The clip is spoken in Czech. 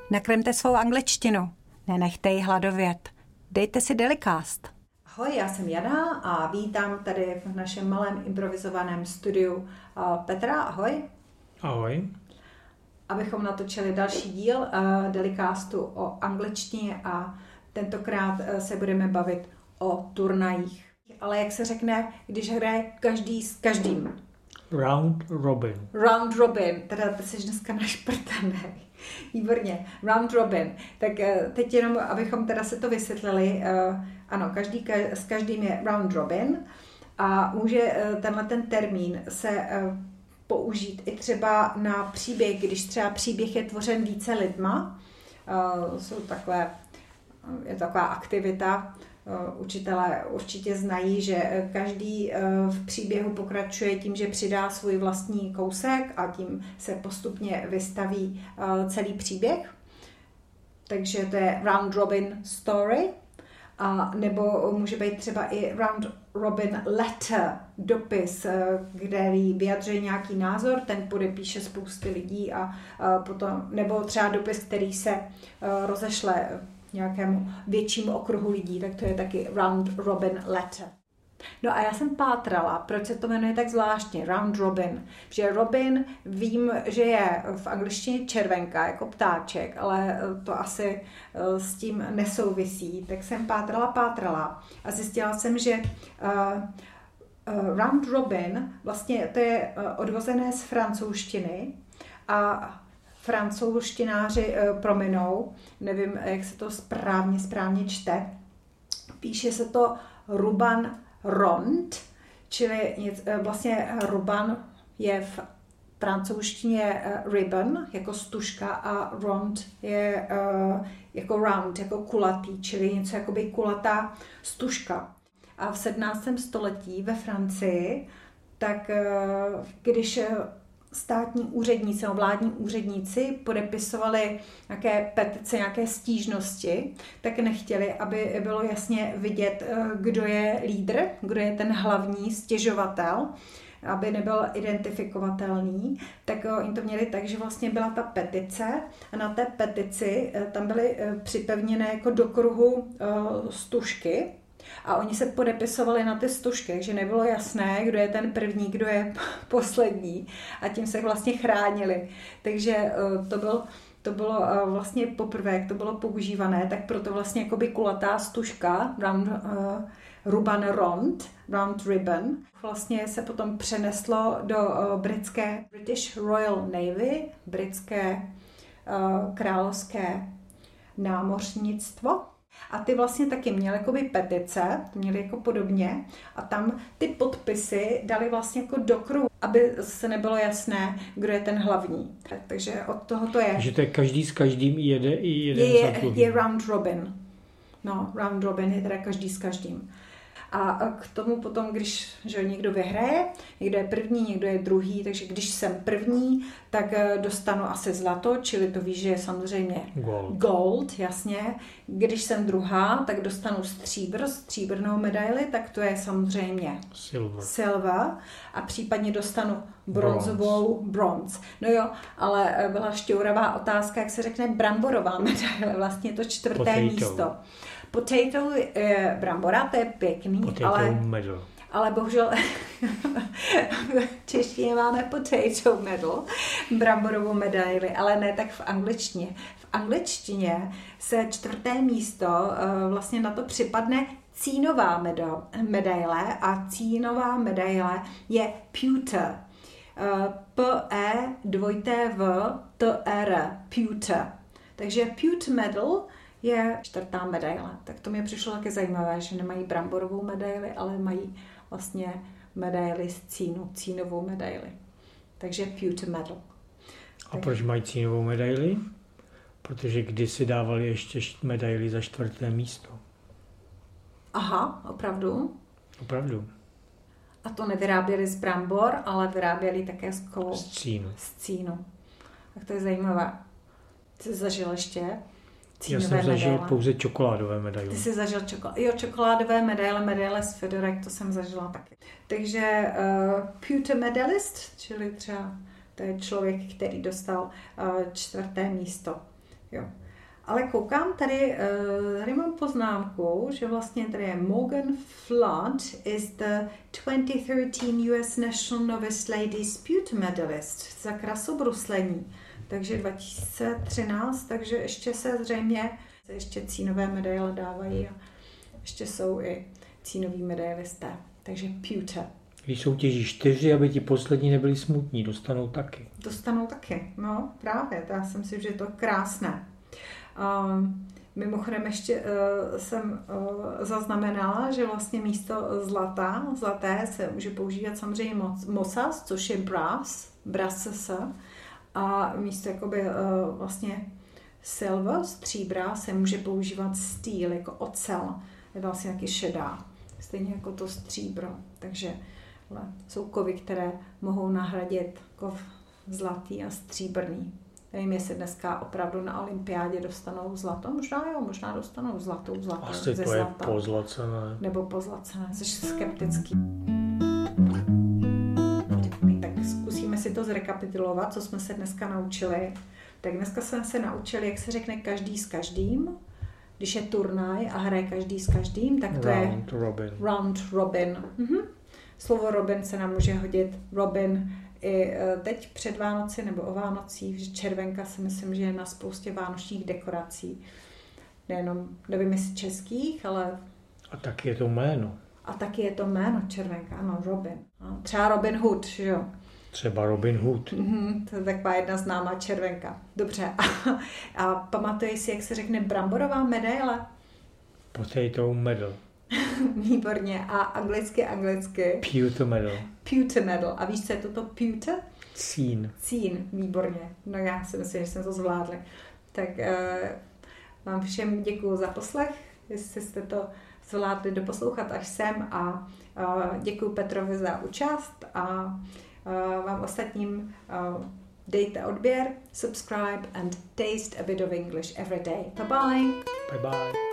Nakrmte svou angličtinu. Nenechte ji hladovět. Dejte si Dailycast. Ahoj, já jsem Jana a vítám tady v našem malém improvizovaném studiu Petra. Ahoj. Ahoj. Abychom natočili další díl Dailycastu o angličtině a tentokrát se budeme bavit o turnajích. Ale jak se řekne, když hraje každý s každým? Round robin. Round robin, teda ty jsi dneska našprtanej. Výborně, round robin. Tak teď jenom, abychom teda se to vysvětlili, ano, každý s každým je round robin a může tenhle ten termín se použít i třeba na příběh, když třeba příběh je tvořen více lidma, je taková aktivita. Učitelé určitě znají, že každý v příběhu pokračuje tím, že přidá svůj vlastní kousek a tím se postupně vystaví celý příběh. Takže to je round robin story. A nebo může být třeba i round robin letter, dopis, který vyjadřuje nějaký názor, ten podepíše spousty lidí a potom, nebo třeba dopis, který se rozešle nějakému většímu okruhu lidí, tak to je taky round robin letter. No a já jsem pátrala, proč se to jmenuje tak zvláštně, round robin. Protože robin vím, že je v angličtině červenka, jako ptáček, ale to asi s tím nesouvisí. Tak jsem pátrala a zjistila jsem, že round robin, vlastně to je odvozené z francouzštiny a francouzštináři prominou, nevím, jak se to správně čte, píše se to ruban rond, čili vlastně ruban je v francouzštině ribbon, jako stužka, a rond je jako round, jako kulatý, čili něco jakoby kulatá stužka. A v 17. století ve Francii, tak když státní úředníci nebo vládní úředníci podepisovali nějaké petice, nějaké stížnosti, tak nechtěli, aby bylo jasně vidět, kdo je lídr, kdo je ten hlavní stěžovatel, aby nebyl identifikovatelný, tak oni to měli tak, že vlastně byla ta petice a na té petici tam byly připevněné jako do kruhu stužky, a oni se podepisovali na ty stužky, takže nebylo jasné, kdo je ten první, kdo je poslední, a tím se vlastně chránili. Takže to bylo vlastně poprvé, jak to bylo používané, tak proto vlastně jakoby kulatá stužka, ruban rond, round ribbon, vlastně se potom přeneslo do British Royal Navy, britské královské námořnictvo. A ty vlastně taky měly jakoby petice, měly jako podobně, a tam ty podpisy dali vlastně jako do kruhu, aby se nebylo jasné, kdo je ten hlavní. Takže od toho to je. Takže to je každý s každým je round robin. No, round robin je teda každý s každým. A k tomu potom, když někdo vyhraje, někdo je první, někdo je druhý, takže když jsem první, tak dostanu asi zlato, čili to víš, že je samozřejmě gold, jasně. Když jsem druhá, tak dostanu stříbrnou medaili, tak to je samozřejmě silver. A případně dostanu bronzovou bronze. No jo, ale byla šťouravá otázka, jak se řekne bramborová medaile, vlastně to 4. místo. Potato je brambora, to je pěkný, ale bohužel v češtině máme potato medal, bramborovou medaili, ale ne tak v angličtině. V angličtině se 4. místo vlastně na to připadne cínová medaile a cínová medaile je pewter. P-E-2-T-V-T-R, pewter. Takže pewter medal je 4. medaile. Tak to mi přišlo taky zajímavé, že nemají bramborovou medaili, ale mají vlastně medaili z cínovou medaili. Takže pewter medal. A proč mají cínovou medaili? Protože kdysi dávali ještě medaili za 4. místo. Aha, opravdu? Opravdu. A to nevyráběli z brambor, ale vyráběli také z cínu. Tak to je zajímavé. Jsi zažil ještě já jsem zažil pouze čokoládové medaile. Ty jsi zažil čokoládové medaile z Fedorek, to jsem zažila taky. Takže pewter medalist, čili třeba to je člověk, který dostal 4. místo. Jo. Ale koukám, tady mám poznámku, že vlastně tady je Morgan Flood is the 2013 US National Novice Ladies Pewter Medalist za krasobruslení. Takže 2013, takže ještě se zřejmě ještě cínové medaile dávají a ještě jsou i cínoví medailisté. Takže pewter. Když soutěží 4, aby ti poslední nebyli smutní, dostanou taky. Dostanou taky, no právě, to já si myslím, že je to krásné. Mimochodem ještě jsem zaznamenala, že vlastně místo zlaté se může používat samozřejmě mosas, což je brass, a místo jakoby vlastně silver, stříbra, se může používat steel, jako ocel, je vlastně taky šedá, stejně jako to stříbro, takže jsou kovy, které mohou nahradit kov zlatý a stříbrný. Nevím, jestli dneska opravdu na olympiádě dostanou zlato. Možná dostanou zlato asi ze to zlata. Je pozlacené. Nebo pozlacené, jsi skeptický. Tak zkusíme si to zrekapitulovat, co jsme se dneska naučili. Tak dneska jsme se naučili, jak se řekne každý s každým. Když je turnaj a hraje každý s každým, tak to round robin. Slovo robin se nám může hodit. Robin i teď před Vánoci nebo o Vánocích, že červenka si myslím, že je na spoustě vánočních dekorací. Nejenom, nevím jestli českých, ale... A taky je to jméno. A taky je to jméno červenka, ano, Robin. Třeba Robin Hood, že jo? Třeba Robin Hood. To je taková jedna známá červenka. Dobře. A pamatuješ si, jak se řekne bramborová medaile? Potato medal. Výborně. A anglicky? Pewter medal. Pewter medal. A víš, co je toto pewter? Cín. Výborně. No já si myslím, že jsme to zvládli. Tak vám všem děkuju za poslech, jestli jste to zvládli doposlouchat až sem a děkuju Petrovi za účast a vám ostatním dejte odběr, subscribe and taste a bit of English every day. Bye bye. Bye bye.